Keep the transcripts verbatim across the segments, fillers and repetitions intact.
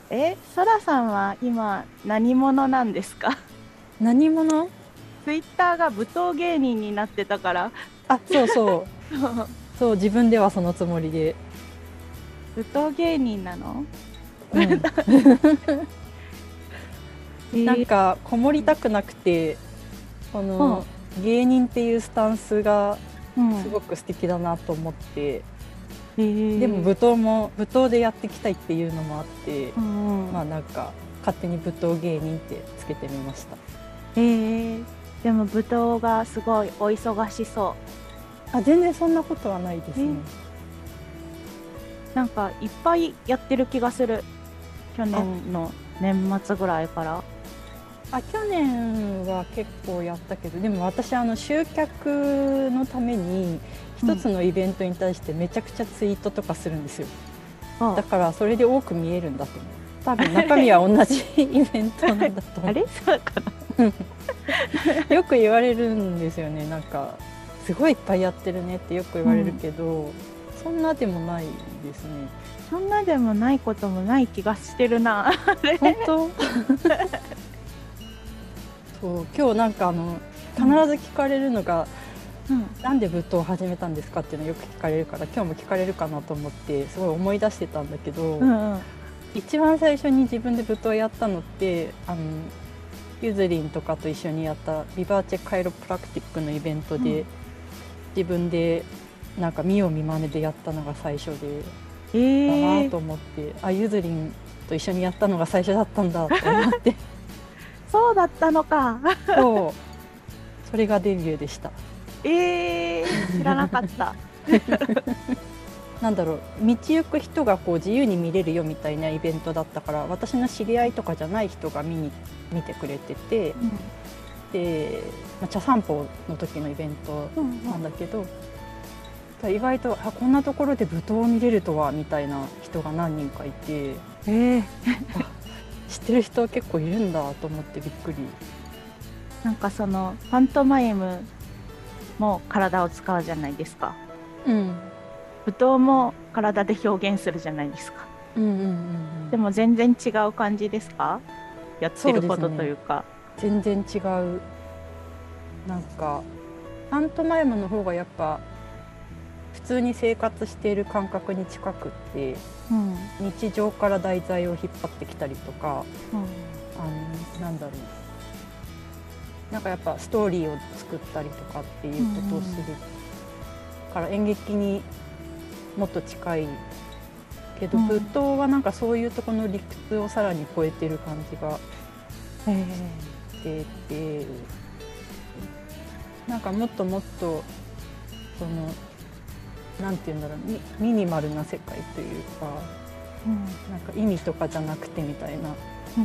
え、そらさんは今何者なんですか？ 何者？ ツイッターが舞踏芸人になってたから。 あ、そうそうそう、自分ではそのつもりで。 舞踏芸人なの？ うん。 えー、 なんかこもうん、 りたくなくて、こうん、 の芸人っていうスタンスがうん。 すごく素敵だなと思って、 えー、 でも舞踏も舞踏でやっていきたいっていうのもあって、 うん、うん。 まあなんか勝手に舞踏芸人ってつけてみました。 えー、でも舞踏がすごいお忙しそあ、全然そんなことはないでう。え、 すね。 なんかいっぱいやってる気がする。去あ年の年末ぐらいから。 あ、去年は結構やったけど、でも私あの集客のために一うん。 つのイベントに対してめちゃくちゃツイートとかするんですよ。だあ、 からそれで多く見えるんだと思う。多分中身は同じイベントなんだと思あれそうかな。 う。よく言われるんですよね。なんかすごいいっぱいやってるねってよく言われるうん。 けど、そんなでもないですね。 そんなでもないこともない気がしてるな。あれ。 本当？そう、今日なんかあの必うん。 ず聞かれるのが、 うん。 なんで舞踏を始めたんですかっていうのよく聞かれるから、今日も聞かれるかなと思ってすごい思い出してたんだけど、 うん。うん。 一番最初に自分で舞踏をやったのって、あのゆずりんとかと一緒にやったビバーチェカイロプラクティックのイベントで、 うん。 自分でなんか見よう見まねでやったのが最初で、だなええ、 と思って、あ、ゆずりんと一緒にやったのが最初だったんだと思って。 そうだったのか。 そう、それがデビューでした。 ええ、知らなかった。 なんだろう、道行く人がこう自由に見れるよみたいなイベントだったから、私の知り合いとかじゃない人が見に見てくれてて、 うん。 で、まあ、茶散歩の時のイベントうん。うなんん。 だけど、意外とあこんなところで舞踏を見れるとはみたいな人が何人かいて、 ええ、 あ、知ってる人結構いるんだと思ってびっくり。 なんかその、パントマイムも体を使うじゃないですか。 うん、 舞踏も体で表現するじゃないですか。 うんうんうんうん。 でも全然違う感じですか？やってそうることとですね、 いうか。 全然違う。なんかパントマイムの方がやっぱ普通に生活している感覚に近くって、 うん。 日常から題材を引っ張ってきたりとか、 うん。 あのなんだろう、なんかやっぱストーリーを作ったりとかっていううことをすん。 るから演劇にもっと近いけど、舞うん。 踏はなんかそういうところの理屈をさらに超えてる感じがええ、 してて、なんかもっともっとそのなんて言うんだろう、ミミニマルな世界というか、 うん。 なんか意味とかじゃなくてみたいな、なんか、 うん。うん。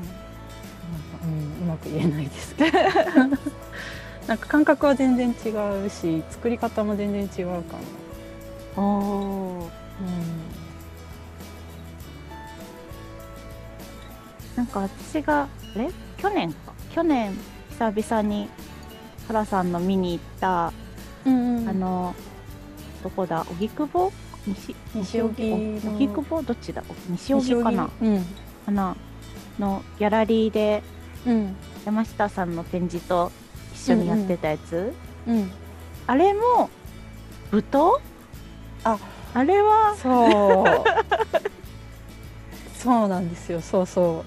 うん、うまく言えないですけど、なんか感覚は全然違うし、作り方も全然違うかな。 おー。 うん、 なんか私が、あれ去年か。去年、久々に原さんの見に行った、 うんうん、 あの、どこだ、荻窪、西、西荻、 西荻お荻の窪どっちだ、お西西荻、 荻かな、 うんかなのギャラリーでうん山下さんの展示と一うんうん緒にやってたやつ。 うん、 あれも舞踏。 あ、 あれは、 そうそうなんですよ、そうそう、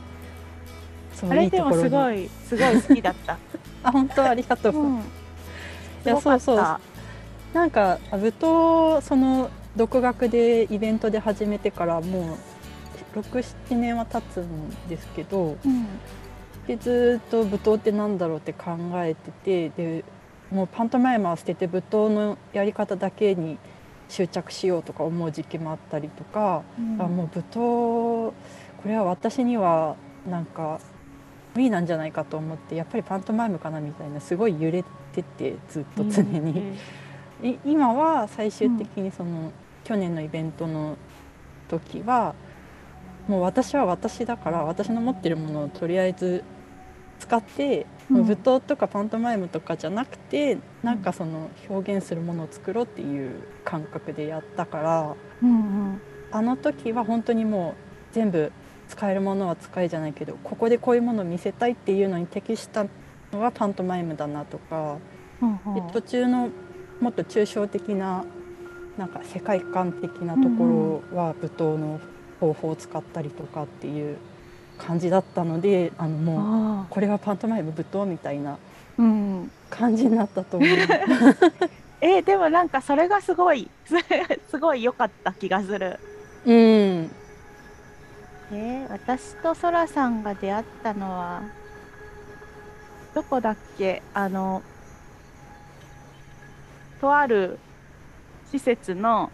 そあう、いいれでもすところに。 ごい、すごい好きだった。 あ、本当ありがとう。 うん。 いや、 すごかそうそう、 った。 なんか舞踏、その独学でイベントで始めてからもうろく、ななねんは経つんですけど、 うん。 でずっと舞踏ってなんだろうって考えてて、でもうパントマイムは捨てて舞踏のやり方だけに執着しようとか思う時期もあったりとか、あ、もううん。 舞踏これは私にはなんか無理なんじゃないかと思って、やっぱりパントマイムかなみたいな、すごい揺れてて、ずっえと常に。 ー、 い今は最終的うん。 にその去年のイベントの時はもう私は私だから、私の持ってるものをとりあえず使って、もう舞うん。 踏とかパントマイムとかじゃなくて、なんかうん。 その表現するものを作ろうっていう感覚でやったから、 うん。うん。 あの時は本当にもう全部使使えるものは使えじゃないけど、ここでこういうものを見せたいっていうのに適したのはパントマイムだなとか、で途中のもっと抽象的ななんか世界観的なところは舞踏の方法を使ったりとかっていう感じだったので、あのもうこれはパントマイム舞踏みたいな感じになったと思う。 えー、でもなんかそれがすごいすごい良かった気がする。 うん。えー、私とそらさんが出会ったのはどこだっけ、あのとある施設の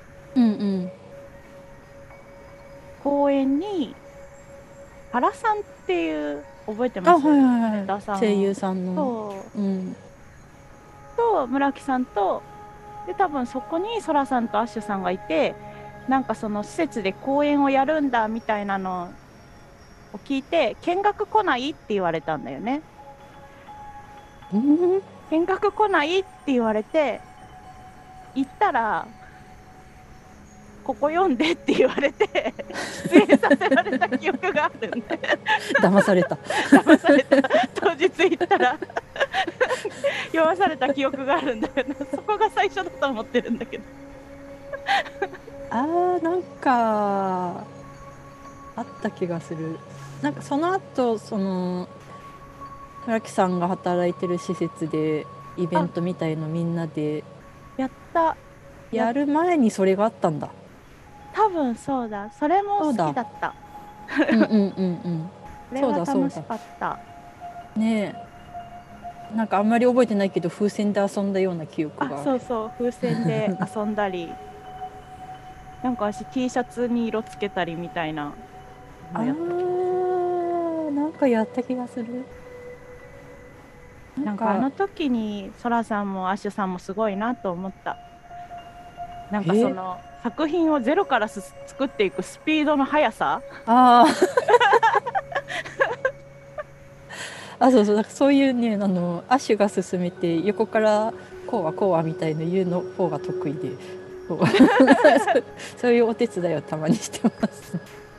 公園に原さんっていう覚えてます？ あ、はいはいはい、声優さんの。 そう、うん、と村木さんとで、多分そこにそらさんとアッシュさんがいて、なんかその施設で公演をやるんだみたいなのを聞いて見学来ないって言われたんだよね。 うん、 見学来ないって言われて行ったら、ここ読んでって言われて出演させられた記憶があるんで騙された騙された当日行ったら読まされた記憶があるんだよな。そこが最初だと思ってるんだけどあー、なんかあった気がする。なんかその後その村木さんが働いてる施設でイベントみたいのみんなでやったやる前にそれがあったんだ。 多分そうだ。それも好きだった。 うんうんうんうん。 それは楽しかった。 ねえ、なんかあんまり覚えてないけど風船で遊んだような記憶が。 あ、そうそう、風船で遊んだりなんか私 T シャツに色つけたりみたいなあー、なんかやった気がする。 なんかあの時にそらさんもアッシュさんもすごいなと思った。なんかその作品をゼロからす作っていくスピードの速さ。 ああそうそう、なんかそういうね、あのアッシュが進めて横からこうはこうはみたいな言うの方が得意で、そうそういうお手伝いをたまにしてます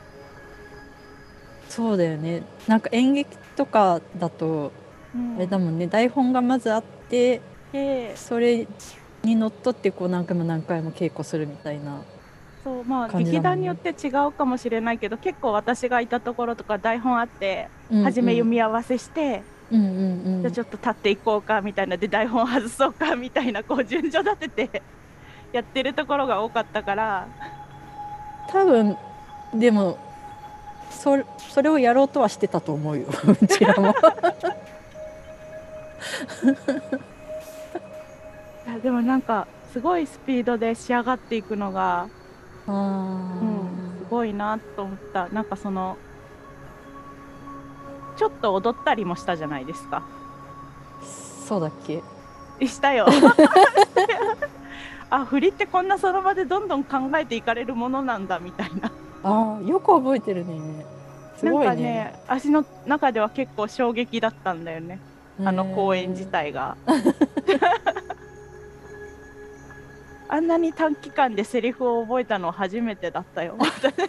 そうだよね。なんか演劇とかだと、うん、あれだもんね、台本がまずあって、それにのっとってこう何回も何回も稽古するみたいな。 そう、まあ劇団によって違うかもしれないけど、結構私がいたところとか台本あって、うんうん、初め読み合わせして、うんうんうん、じゃあちょっと立っていこうかみたいなで台本外そうかみたいなこう順序立ててやってるところが多かったから。 多分でもそ, それをやろうとはしてたと思うようちらもいやでもなんかすごいスピードで仕上がっていくのが、あ、うん、すごいなと思った。なんかそのちょっと踊ったりもしたじゃないですか。 そうだっけ？ したよあ、振りってこんなその場でどんどん考えていかれるものなんだみたいな。 あ、よく覚えてるね。すごいね。 なんかね、足の中では結構衝撃だったんだよね、あの公演自体があんなに短期間でセリフを覚えたのは初めてだったよ確か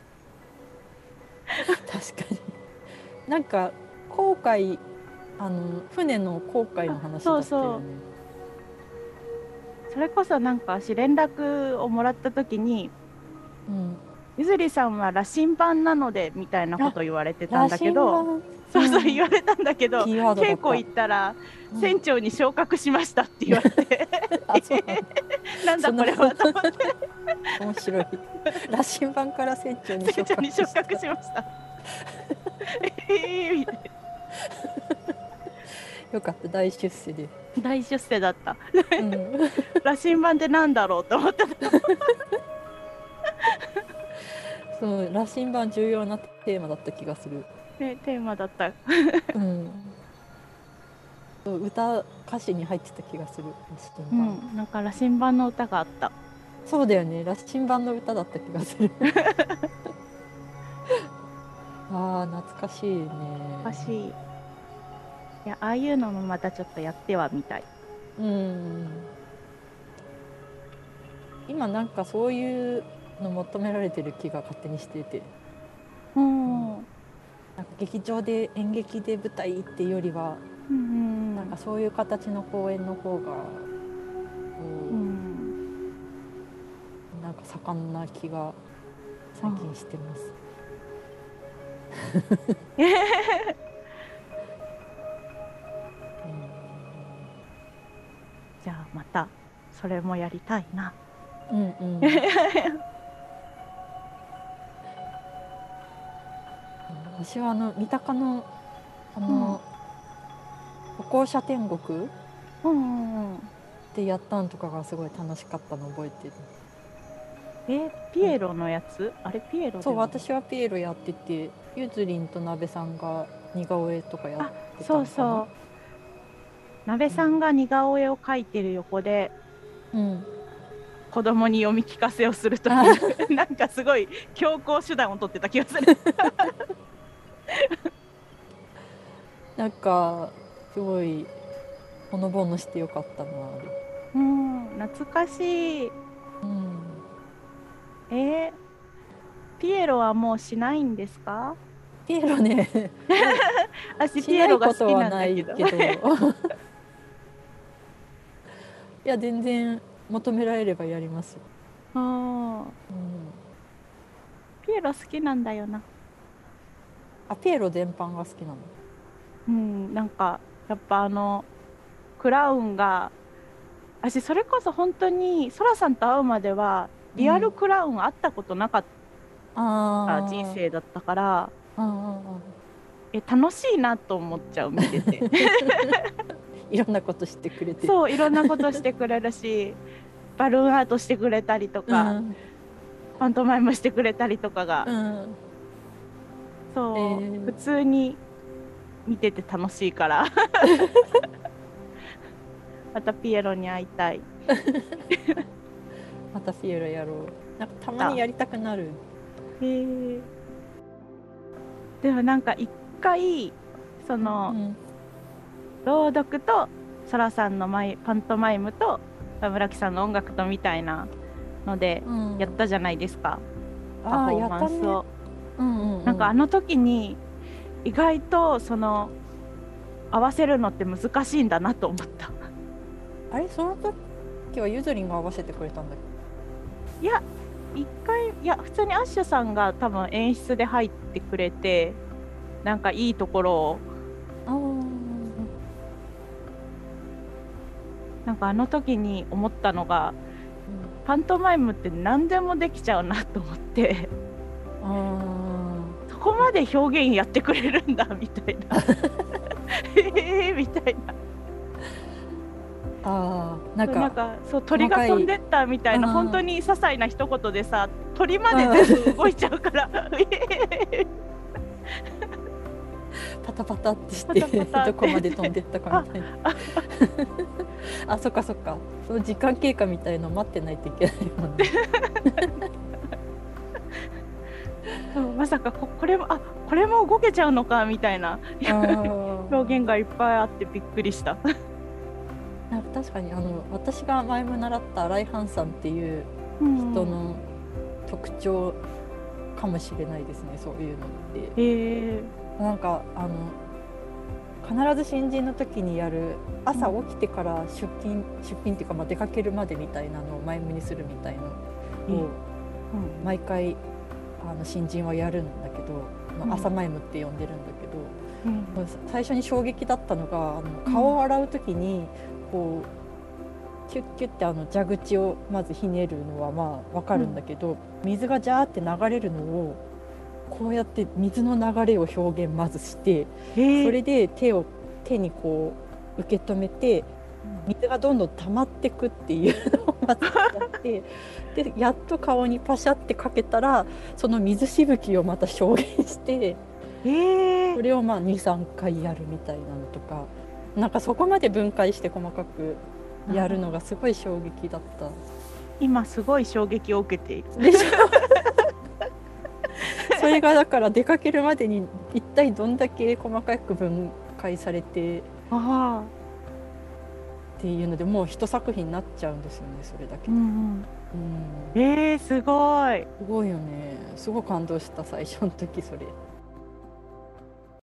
に。なんか航海、あの船の航海の話だったよね。そうそう、 それこそなんか私連絡をもらった時に、うん、ゆずりさんは羅針盤なのでみたいなこと言われてたんだけど、そうそう言われたんでけど、稽古行ったら、うん、船長に昇格しましたって言われてなんだこれはと思って面白い。羅針盤から船長に昇格しましたえーみたいな。 よかった、大出世で。 大出世だった、うん、羅針盤ってなんだろうと思ってたそう羅針盤重要なテーマだった気がする、 ね、テーマだった、 うん、そう歌歌詞に入ってた気がする、 うん、なんか羅針盤の歌があった。 そうだよね、羅針盤の歌だった気がするあー懐かしいね。 懐かしい。いや、ああいうのもまたちょっとやってはみたい。うん、 今なんかそういうの求められてる気が勝手にしてて。 うん、 なんか劇場で演劇で舞台っていうよりは、 うん、 なんかそういう形の公演の方が、うん、なんか盛んな気が最近してます。 じゃあまたそれもやりたいな。 うんうん。私はあの三鷹のあの、歩行者天国でやったんとかがすごい楽しかったの覚えてる。 え、ピエロのやつ？あれピエロ？ そう、私はピエロやってて、ゆずりんとなべさんが似顔絵とかやってたのかな。 そうそう。なべさんが似顔絵を描いてる横で、うん、子供に読み聞かせをするというなんかすごい強硬手段を取ってた気がする。 なんかすごいほのぼのしてよかったな。 うん、懐かしい。うん、えー、ピエロはもうしないんですか？ ピエロね私ピエロが好きなんだけど。 いや全然求められればやりますよ。あ、うん、 ピエロ好きなんだよな。 あ、ピエロ全般が好きなの？ うん、なんかやっぱあのクラウンが、私それこそ本当にそらさんと会うまではリアルクラウン会ったことなかった人生だったから、うん、え楽しいなと思っちゃう見てていろんなことしてくれて、 そういろんなことしてくれるしバルーンアートしてくれたりとか、うん、パントマイムしてくれたりとかが、うん、そう、えー、普通に見てて楽しいからまたピエロに会いたいまたピエロやろう。なんかたまにやりたくなる。へえ。 でもなんか一回その、うん、朗読とそらさんのマイパントマイムと村木さんの音楽とみたいなのでやったじゃないですか、うん、パフォーマンスを、ね、うんうんうん、なんかあの時に意外とその合わせるのって難しいんだなと思った。 あれその時はゆずりんが合わせてくれたんだっけ？いや一回いや普通にアッシュさんが多分演出で入ってくれてなんかいいところをなんかあの時に思ったのが、うん、パントマイムって何でもできちゃうなと思ってそこまで表現やってくれるんだみたいなええみたいな。 あなんかなんかそう鳥が飛んでったみたいな本当に些細な一言でさ鳥まで全部動いちゃうからパタパタってしてパタパタってどこまで飛んでったかみたいなあ, あそっかそっかその時間経過みたいの待ってないといけないもんねまさか こ, これもあこれも動けちゃうのかみたいな表現がいっぱいあってびっくりしたなんか確かにあの私が前も習った新井ハンさんっていう人の特徴かもしれないですね、うん、そういうのって。へー。なんかあの必ず新人の時にやる朝起きてから出勤、うん、出勤っていうか、まあ、出かけるまでみたいなのを前向にするみたいなのを、うん、毎回あの新人はやるんだけど、まあ、朝マイムって呼んでるんだけど、うん、最初に衝撃だったのがあの顔を洗う時にこうキュッキュッてあの蛇口をまずひねるのはまあ分かるんだけど、うん、水がジャーって流れるのをこうやって水の流れを表現まずしてそれで手を手にこう受け止めて水がどんどん溜まってくっていうのをまずやってでやっと顔にパシャってかけたらその水しぶきをまた表現してそれをまあ にさんかいやるみたいなのとかなんかそこまで分解して細かくやるのがすごい衝撃だった。 今すごい衝撃を受けているでしょそれがだから出かけるまでに一体どんだけ細かく分解されてっていうのでもう一作品になっちゃうんですよね、それだけで。 うんうん、えー、すごい。 すごいよね。すごい感動した最初の時それ。